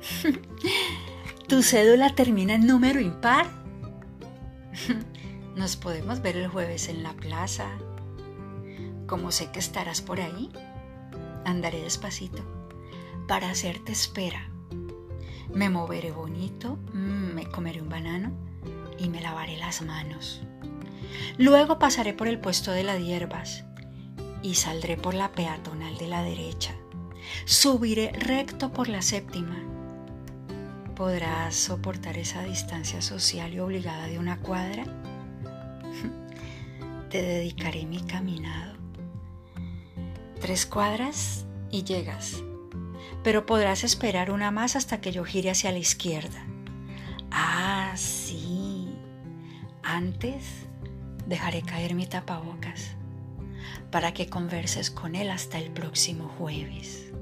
¿Tu cédula termina en número impar? Nos podemos ver el jueves en la plaza. Como sé que estarás por ahí, andaré despacito para hacerte espera. Me moveré bonito, me comeré un banano y me lavaré las manos. Luego pasaré por el puesto de las hierbas y saldré por la peatonal de la derecha. Subiré recto por la séptima. ¿Podrás soportar esa distancia social y obligada de una cuadra? Te dedicaré mi caminado. 3 cuadras y llegas, pero podrás esperar una más hasta que yo gire hacia la izquierda. Ah, sí. Antes dejaré caer mi tapabocas para que converses con él hasta el próximo jueves.